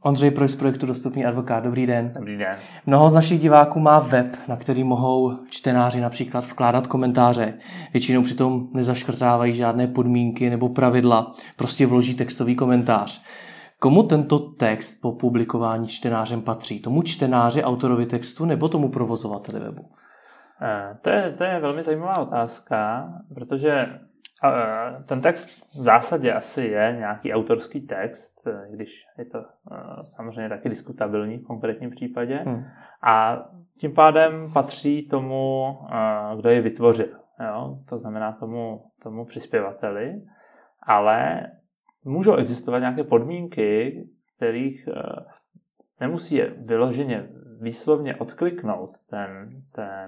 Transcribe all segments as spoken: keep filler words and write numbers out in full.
Ondřej Preuss z projektu Dostupný advokát. Dobrý den. Dobrý den. Mnoho z našich diváků má web, na který mohou čtenáři například vkládat komentáře. Většinou přitom nezaškrtávají žádné podmínky nebo pravidla, prostě vloží textový komentář. Komu tento text po publikování čtenářem patří? Tomu čtenáři, autorovi textu nebo tomu provozovateli webu? To je, to je velmi zajímavá otázka, protože ten text v zásadě asi je nějaký autorský text, když je to samozřejmě taky diskutabilní v konkrétním případě. Hmm. A tím pádem patří tomu, kdo je vytvořil. Jo? To znamená tomu, tomu přispěvateli. Ale můžou existovat nějaké podmínky, kterých nemusí je vyloženě výslovně odkliknout ten, ten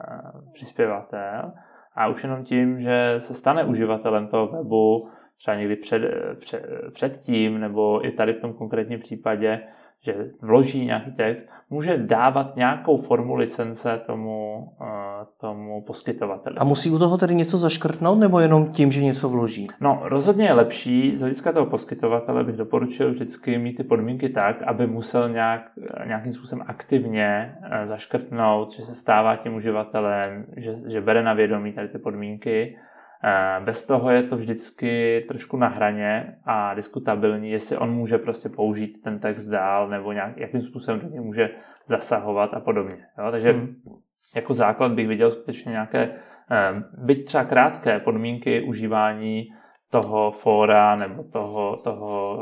přispěvatel, a už jenom tím, že se stane uživatelem toho webu, třeba někdy před, před, předtím, nebo i tady v tom konkrétním případě, že vloží nějaký text, může dávat nějakou formu licence tomu, tomu poskytovateli. A musí u toho tedy něco zaškrtnout, nebo jenom tím, že něco vloží? No, rozhodně je lepší, z hlediska toho poskytovatele bych doporučil vždycky mít ty podmínky tak, aby musel nějak, nějakým způsobem aktivně zaškrtnout, že se stává tím uživatelem, že, že bere na vědomí tady ty podmínky. Bez toho je to vždycky trošku na hraně a diskutabilní, jestli on může prostě použít ten text dál nebo nějak, jakým způsobem do něj může zasahovat a podobně. Jo? Takže hmm. jako základ bych viděl skutečně nějaké, byť třeba krátké podmínky užívání toho fóra nebo toho, toho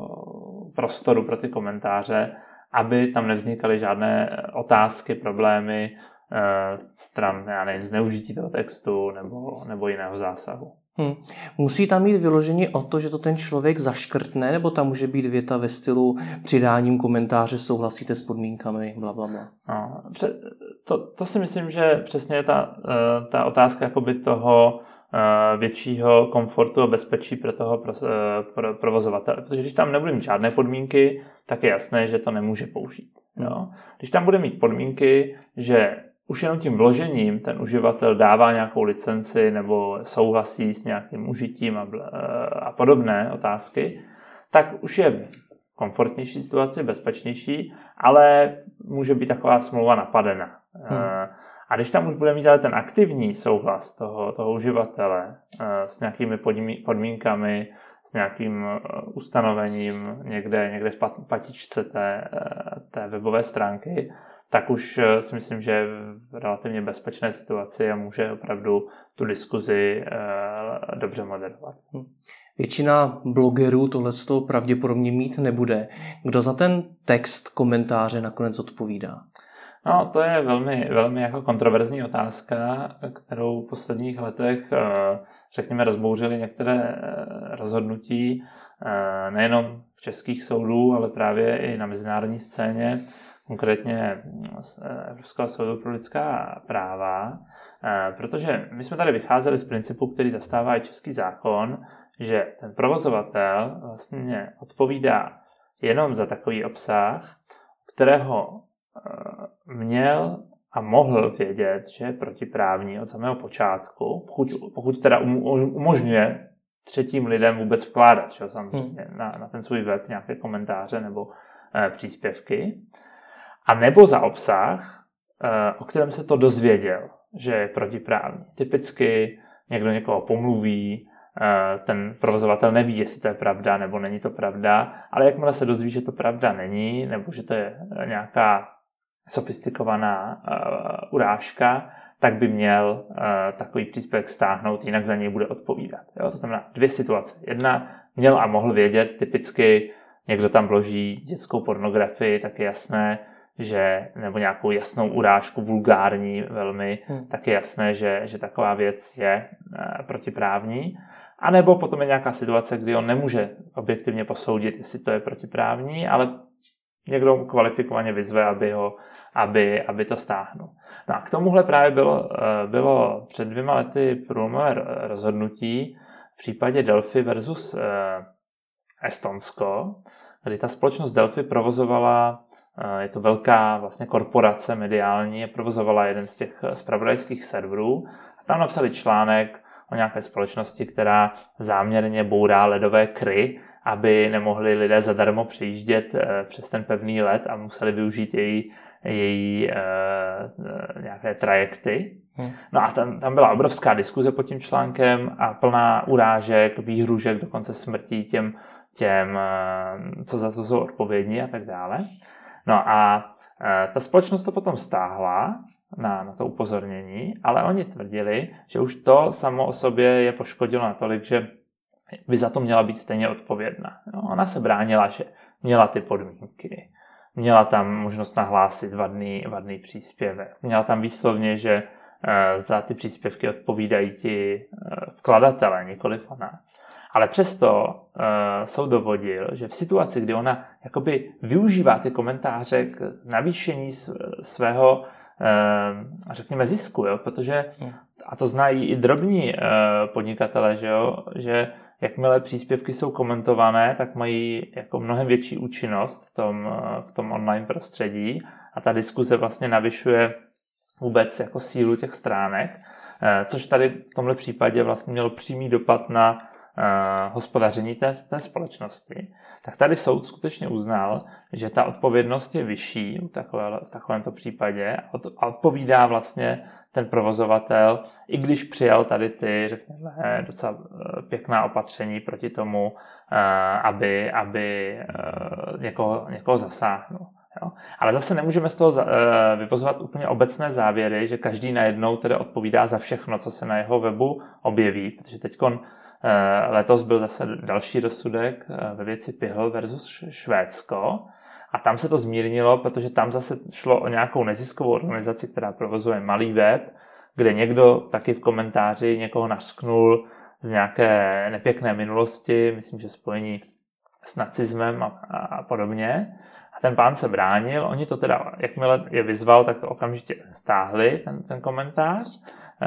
prostoru pro ty komentáře, aby tam nevznikaly žádné otázky, problémy, stran, já nevím, zneužití toho textu nebo, nebo jiného zásahu. Hmm. Musí tam mít vyložení o to, že to ten člověk zaškrtne, nebo tam může být věta ve stylu přidáním komentáře souhlasíte s podmínkami, blablabla? No, to, to si myslím, že přesně je ta, ta otázka jakoby toho většího komfortu a bezpečí pro toho pro, pro, provozovatele. Protože když tam nebude mít žádné podmínky, tak je jasné, že to nemůže použít. Jo? Když tam bude mít podmínky, že už jenom tím vložením ten uživatel dává nějakou licenci nebo souhlasí s nějakým užitím a, a podobné otázky, tak už je v komfortnější situaci, bezpečnější, ale může být taková smlouva napadena. Hmm. A když tam už bude mít ale ten aktivní souhlas toho, toho uživatele s nějakými podmínkami, s nějakým ustanovením někde, někde v patičce té, té webové stránky, tak už si myslím, že je v relativně bezpečné situaci a může opravdu tu diskuzi dobře moderovat. Většina blogerů tohleto pravděpodobně mít nebude. Kdo za ten text komentáře nakonec odpovídá? No, to je velmi, velmi jako kontroverzní otázka, kterou v posledních letech, řekněme, rozbouřily některé rozhodnutí, nejenom v českých soudů, ale právě i na mezinárodní scéně, konkrétně z Evropského soudu pro lidská práva, protože my jsme tady vycházeli z principu, který zastává i český zákon, že ten provozovatel vlastně odpovídá jenom za takový obsah, kterého měl a mohl vědět, že je protiprávní od samého počátku, pokud, pokud teda umožňuje třetím lidem vůbec vkládat, že, samozřejmě, hmm. na, na ten svůj web nějaké komentáře nebo e, příspěvky, a nebo za obsah, e, o kterém se to dozvěděl, že je protiprávní. Typicky někdo někoho pomluví, e, ten provozovatel neví, jestli to je pravda nebo není to pravda, ale jakmile se dozví, že to pravda není, nebo že to je nějaká sofistikovaná uh, urážka, tak by měl uh, takový příspěvek stáhnout, jinak za něj bude odpovídat. Jo? To znamená dvě situace. Jedna, měl a mohl vědět, typicky někdo tam vloží dětskou pornografii, tak je jasné, že, nebo nějakou jasnou urážku, vulgární velmi, hmm. tak je jasné, že, že taková věc je uh, protiprávní. A nebo potom je nějaká situace, kdy on nemůže objektivně posoudit, jestli to je protiprávní, ale někdo kvalifikovaně vyzve, aby, ho, aby, aby to stáhnul. No a k tomuhle právě bylo, bylo před dvěma lety průlomové rozhodnutí v případě Delfi versus Estonsko, kdy ta společnost Delfi provozovala, je to velká vlastně korporace mediální, provozovala jeden z těch zpravodajských serverů a tam napsali článek o nějaké společnosti, která záměrně bourá ledové kry, aby nemohli lidé zadarmo přijíždět přes ten pevný led a museli využít její, její e, nějaké trajekty. Hmm. No a tam, tam byla obrovská diskuze pod tím článkem a plná urážek, výhružek, dokonce smrtí těm, těm, co za to jsou odpovědní a tak dále. No a e, ta společnost to potom stáhla na, na to upozornění, ale oni tvrdili, že už to samo o sobě je poškodilo natolik, že by za to měla být stejně odpovědná. No, ona se bránila, že měla ty podmínky, měla tam možnost nahlásit vadný, vadný příspěvek, měla tam výslovně, že e, za ty příspěvky odpovídají ti e, vkladatelé, nikoliv ona. Ale přesto e, soud dovodil, že v situaci, kdy ona jakoby využívá ty komentáře k navýšení svého řekněme zisku, jo? Protože, a to znají i drobní podnikatelé, že, jo? Že jakmile příspěvky jsou komentované, tak mají jako mnohem větší účinnost v tom, v tom online prostředí a ta diskuze vlastně navyšuje vůbec jako sílu těch stránek, což tady v tomhle případě vlastně mělo přímý dopad na Uh, hospodaření té, té společnosti, tak tady soud skutečně uznal, že ta odpovědnost je vyšší v, takové, v takovémto případě a odpovídá vlastně ten provozovatel, i když přijal tady ty, řekněme, docela pěkná opatření proti tomu, uh, aby, aby uh, někoho, někoho zasáhnul. Jo? Ale zase nemůžeme z toho uh, vyvozovat úplně obecné závěry, že každý najednou tedy odpovídá za všechno, co se na jeho webu objeví, protože teďkon letos byl zase další rozsudek ve věci Pihl versus Švédsko a tam se to zmírnilo, protože tam zase šlo o nějakou neziskovou organizaci, která provozuje malý web, kde někdo taky v komentáři někoho nařknul z nějaké nepěkné minulosti, myslím, že spojení s nacismem a, a, a podobně. A ten pán se bránil, oni to teda, jakmile je vyzval, tak to okamžitě stáhli, ten, ten komentář.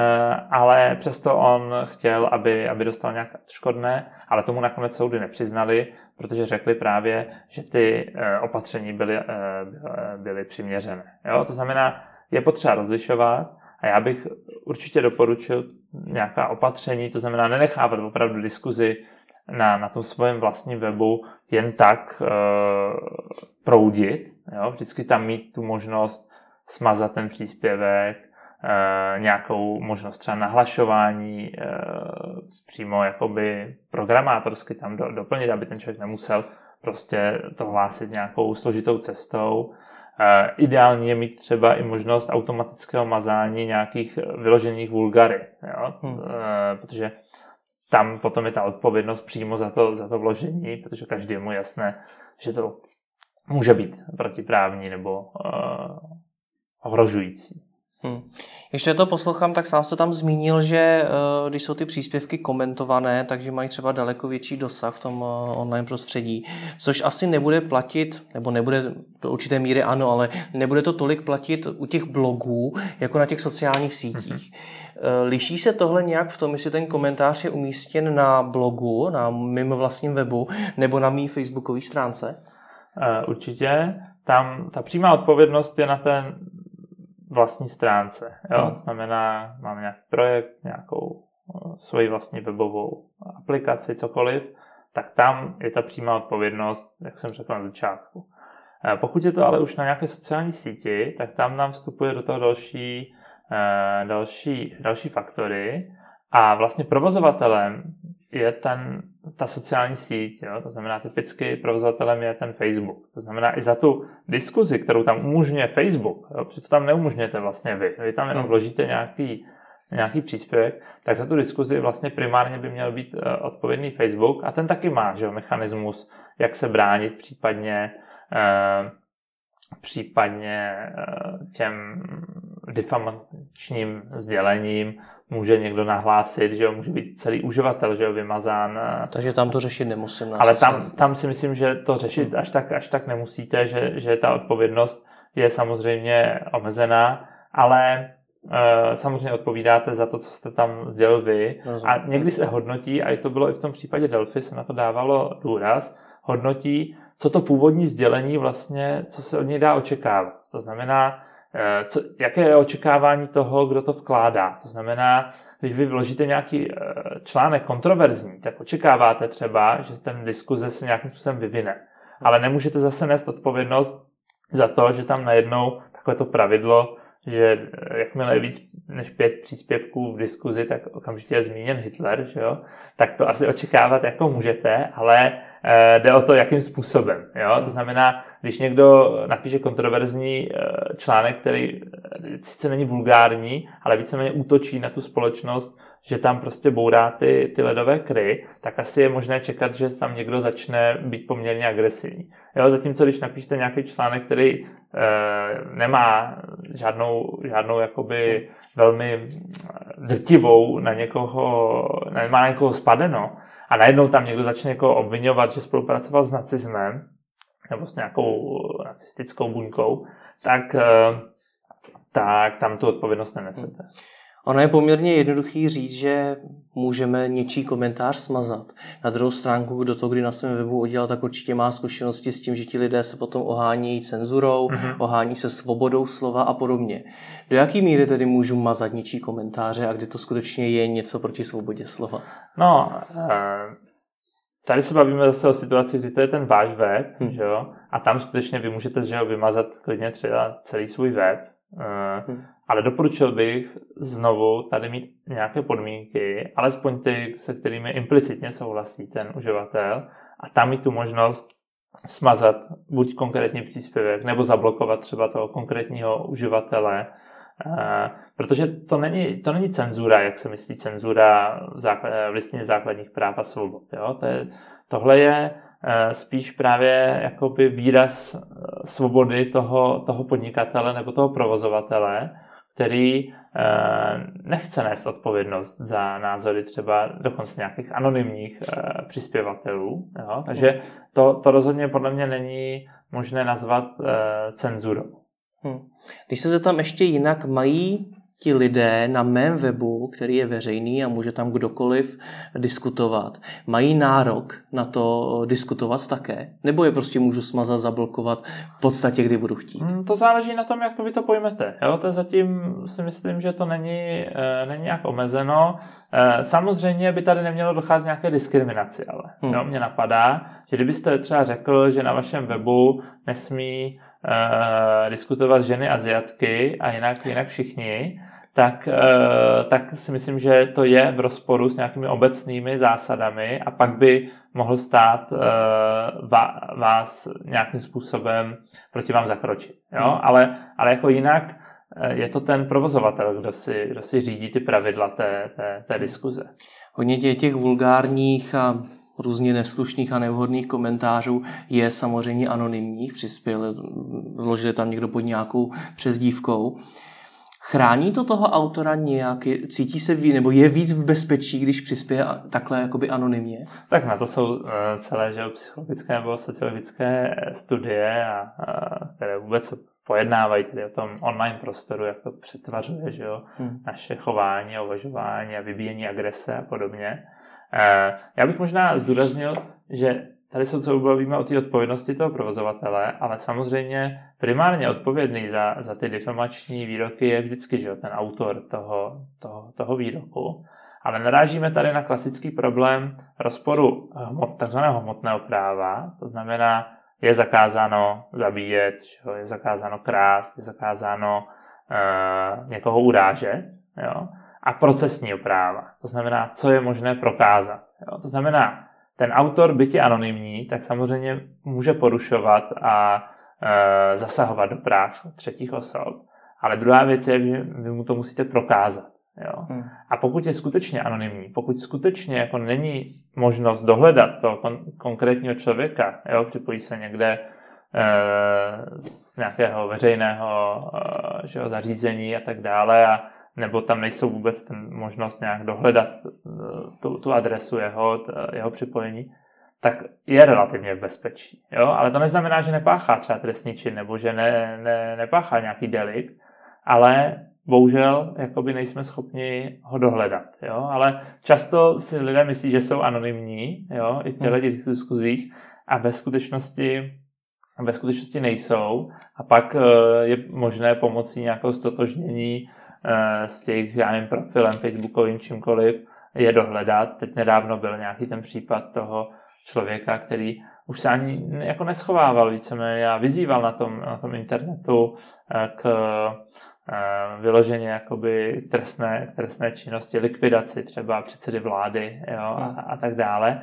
Ale přesto on chtěl, aby, aby dostal nějaké škodné, ale tomu nakonec soudy nepřiznali, protože řekli právě, že ty opatření byly, byly přiměřené. Jo? To znamená, je potřeba rozlišovat a já bych určitě doporučil nějaká opatření, to znamená nenechávat opravdu diskuzi na, na tom svém vlastním webu jen tak e, proudit. Jo? Vždycky tam mít tu možnost smazat ten příspěvek, E, nějakou možnost třeba nahlašování e, přímo jakoby programátorsky tam do, doplnit, aby ten člověk nemusel prostě to hlásit nějakou složitou cestou. E, ideální je mít třeba i možnost automatického mazání nějakých vyložených vulgarit, jo? Hmm. E, protože tam potom je ta odpovědnost přímo za to, za to vložení, protože každému je jasné, že to může být protiprávní nebo e, ohrožující. Hmm. Ještě to poslouchám, tak sám se tam zmínil, že uh, když jsou ty příspěvky komentované, takže mají třeba daleko větší dosah v tom uh, online prostředí, což asi nebude platit, nebo nebude do určité míry ano, ale nebude to tolik platit u těch blogů, jako na těch sociálních sítích. Mm-hmm. Uh, liší se tohle nějak v tom, jestli ten komentář je umístěn na blogu, na mým vlastním webu, nebo na mý facebookové stránce? Uh, určitě. Tam ta přímá odpovědnost je na ten vlastní stránce. Jo? Hmm. To znamená, máme nějaký projekt, nějakou svoji vlastní webovou aplikaci, cokoliv, tak tam je ta přímá odpovědnost, jak jsem řekl na začátku. Pokud je to ale už na nějaké sociální síti, tak tam nám vstupuje do toho další, další, další faktory a vlastně provozovatelem je ten, ta sociální síť, jo? To znamená typicky provozovatelem je ten Facebook. To znamená i za tu diskuzi, kterou tam umožňuje Facebook, jo? Protože to tam neumožňujete vlastně vy. Vy tam jenom vložíte nějaký, nějaký příspěvek, tak za tu diskuzi vlastně primárně by měl být odpovědný Facebook a ten taky má, že jo, mechanismus, jak se bránit případně eh, případně těm difamačním sdělením může někdo nahlásit, že jo, může být celý uživatel, že jo, vymazán. Takže tam to řešit nemusím. Ale tam, tam si myslím, že to řešit hmm. až tak, až tak nemusíte, že, že ta odpovědnost je samozřejmě omezená, ale e, samozřejmě odpovídáte za to, co jste tam sdělil vy. Rozumím. A někdy se hodnotí, a i to bylo i v tom případě Delphi, se na to dávalo důraz, hodnotí, co to původní sdělení vlastně, co se od něj dá očekávat. To znamená, co, jaké je očekávání toho, kdo to vkládá. To znamená, když vy vložíte nějaký článek kontroverzní, tak očekáváte třeba, že ten diskuze se nějakým způsobem vyvine. Ale nemůžete zase nést odpovědnost za to, že tam najednou takové to pravidlo, že jakmile je víc než pět příspěvků v diskuzi, tak okamžitě je zmíněn Hitler, že jo? Tak to asi očekávat jako můžete, ale e, jde o to, jakým způsobem. Jo? To znamená, když někdo napíše kontroverzní e, článek, který sice není vulgární, ale víceméně útočí na tu společnost, že tam prostě bourá ty, ty ledové kry, tak asi je možné čekat, že tam někdo začne být poměrně agresivní. Jo, zatímco když napíšete nějaký článek, který e, nemá žádnou, žádnou jakoby velmi drtivou na někoho, nemá na někoho spadeno a najednou tam někdo začne někoho obvinovat, že spolupracoval s nacismem nebo s nějakou nacistickou buňkou, tak, e, tak tam tu odpovědnost nenesete. Ono je poměrně jednoduchý říct, že můžeme něčí komentář smazat. Na druhou stránku, kdo to kdy na svém webu udělal, tak určitě má zkušenosti s tím, že ti lidé se potom ohánějí cenzurou, mm-hmm. ohání se svobodou slova a podobně. Do jaký míry tedy můžu mazat něčí komentáře a kdy to skutečně je něco proti svobodě slova? No, tady se bavíme zase o situaci, kdy to je ten váš web, hmm. že jo? A tam skutečně vy můžete že jo, vymazat klidně třeba celý svůj web. Hmm. Ale doporučil bych znovu tady mít nějaké podmínky, alespoň ty, se kterými implicitně souhlasí ten uživatel, a tam mít tu možnost smazat buď konkrétní příspěvek, nebo zablokovat třeba toho konkrétního uživatele, protože to není, to není cenzura, jak se myslí cenzura v, základ, v listině základních práv a svobod. Jo? To je, tohle je spíš právě jakoby výraz svobody toho, toho podnikatele nebo toho provozovatele, který nechce nést odpovědnost za názory třeba dokonce nějakých anonymních přispěvatelů. Jo? Takže to, to rozhodně podle mě není možné nazvat cenzurou. Hmm. Když se zeptám ještě jinak, mají ti lidé na mém webu, který je veřejný a může tam kdokoliv diskutovat, mají nárok na to diskutovat také? Nebo je prostě můžu smazat, zablokovat v podstatě, kdy budu chtít? To záleží na tom, jak vy to pojmete. Jo? To je zatím si myslím, že to není, e, není nějak omezeno. E, samozřejmě by tady nemělo docházet nějaké diskriminaci, ale hmm. jo? Mně napadá, že kdybyste třeba řekl, že na vašem webu nesmí Uh, diskutovat ženy Asiatky a jinak, jinak všichni, tak, uh, tak si myslím, že to je v rozporu s nějakými obecnými zásadami a pak by mohl stát uh, vás nějakým způsobem proti vám zakročit. Jo? Hmm. Ale, ale jako jinak uh, je to ten provozovatel, kdo si, kdo si řídí ty pravidla té, té, té diskuze. Hodně těch, těch vulgárních a různě neslušných a nevhodných komentářů je samozřejmě anonymních, přispěl, vložili tam někdo pod nějakou přezdívkou. Chrání to toho autora nějak? Cítí se ví, nebo je víc v bezpečí, když přispěje takhle jakoby anonymně? Tak na to jsou celé že, psychologické nebo sociologické studie, a, a, které vůbec pojednávají tedy o tom online prostoru, jak to přetvařuje že jo, hmm. naše chování, uvažování a vybíjení agrese a podobně. Já bych možná zdůraznil, že tady se co bavíme o té odpovědnosti toho provozovatele, ale samozřejmě primárně odpovědný za, za ty difamační výroky je vždycky že, ten autor toho, toho, toho výroku. Ale narážíme tady na klasický problém rozporu hmot, takzvaného hmotného práva, to znamená, je zakázáno zabíjet, že, je zakázáno krást, je zakázáno uh, někoho urážet, jo? A procesního práva. To znamená, co je možné prokázat. Jo? To znamená, ten autor, byť je anonymní, tak samozřejmě může porušovat a e, zasahovat do práv třetích osob. Ale druhá věc je, že vy mu to musíte prokázat. Jo? Hmm. A pokud je skutečně anonymní, pokud skutečně jako není možnost dohledat toho kon- konkrétního člověka, jo? Připojí se někde e, z nějakého veřejného e, že jo, zařízení a tak dále a nebo tam nejsou vůbec ten možnost nějak dohledat tu, tu adresu jeho, jeho připojení, tak je relativně v bezpečí. Jo? Ale to neznamená, že nepáchá třeba trestný čin, nebo že ne, ne, nepáchá nějaký delikt, ale bohužel jakoby nejsme schopni ho dohledat. Jo? Ale často si lidé myslí, že jsou anonymní, jo? I v těchto diskuzích, a ve skutečnosti ve skutečnosti nejsou a pak je možné pomocí nějakého stotožnění s těch, já nevím, profilem facebookovým, čímkoliv, je dohledat. Teď nedávno byl nějaký ten případ toho člověka, který už se ani jako neschovával víceméně a vyzýval na tom, na tom internetu k vyloženě jakoby trestné, trestné činnosti, likvidaci třeba předsedy vlády, jo, a, a tak dále.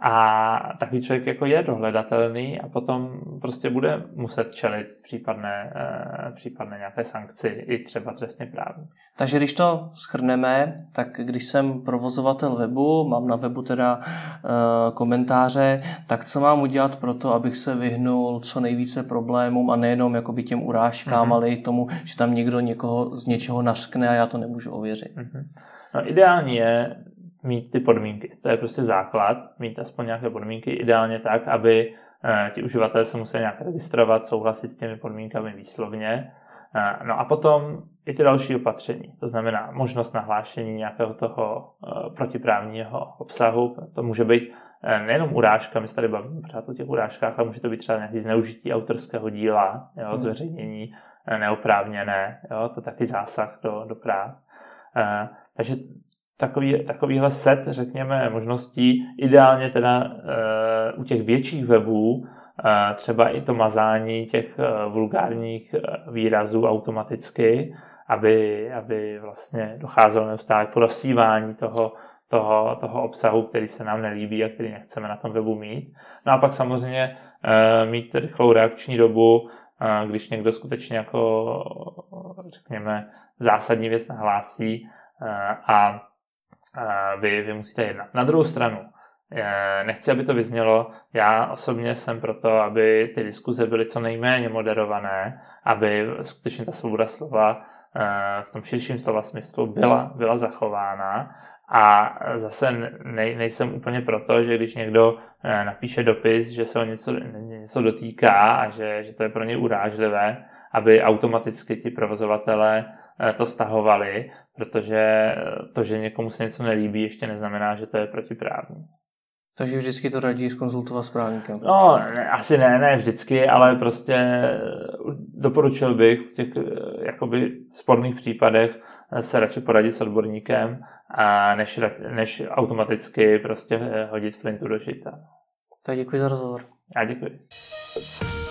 A takový člověk jako je dohledatelný a potom prostě bude muset čelit případné, případné nějaké sankci i třeba trestně právní. Takže když to shrneme, tak když jsem provozovatel webu, mám na webu teda e, komentáře, tak co mám udělat pro to, abych se vyhnul co nejvíce problémům a nejenom jakoby těm urážkám, mm-hmm. ale i tomu, že tam někdo někoho z něčeho nařkne a já to nemůžu ověřit. Mm-hmm. No, ideální je mít ty podmínky. To je prostě základ, mít aspoň nějaké podmínky, ideálně tak, aby eh, ti uživatelé se museli nějak registrovat, souhlasit s těmi podmínkami výslovně. Eh, no a potom i ty další opatření, to znamená možnost nahlášení nějakého toho eh, protiprávního obsahu. To může být eh, nejenom urážka, my se tady bavíme pořád o těch urážkách, ale může to být třeba nějaký zneužití autorského díla, jo, hmm. zveřejnění eh, neoprávněné, jo, to taky zásah do, do práv. Eh, takže Takový, takovýhle set, řekněme, možností, ideálně teda e, u těch větších webů, e, třeba i to mazání těch e, vulgárních e, výrazů automaticky, aby, aby vlastně docházelo neustále k rozsívání toho, toho, toho obsahu, který se nám nelíbí a který nechceme na tom webu mít. No a pak samozřejmě e, mít rychlou reakční dobu, e, když někdo skutečně jako, řekněme, zásadní věc nahlásí e, a Vy, vy musíte jednat. Na druhou stranu, nechci, aby to vyznělo, já osobně jsem proto, aby ty diskuze byly co nejméně moderované, aby skutečně ta svoboda slova v tom širším slova smyslu byla, byla zachována. A zase nej, nejsem úplně proto, že když někdo napíše dopis, že se ho něco, něco dotýká a že, že to je pro ně urážlivé, aby automaticky ti provozovatelé to stahovali, protože to, že někomu se něco nelíbí, ještě neznamená, že to je protiprávní. Takže vždycky to radí zkonzultovat s právníkem? No, ne, asi ne, ne vždycky, ale prostě doporučil bych v těch jakoby sporných případech se radši poradit s odborníkem, a než, než automaticky prostě hodit flintu do žita. Tak děkuji za rozhovor. Já děkuji.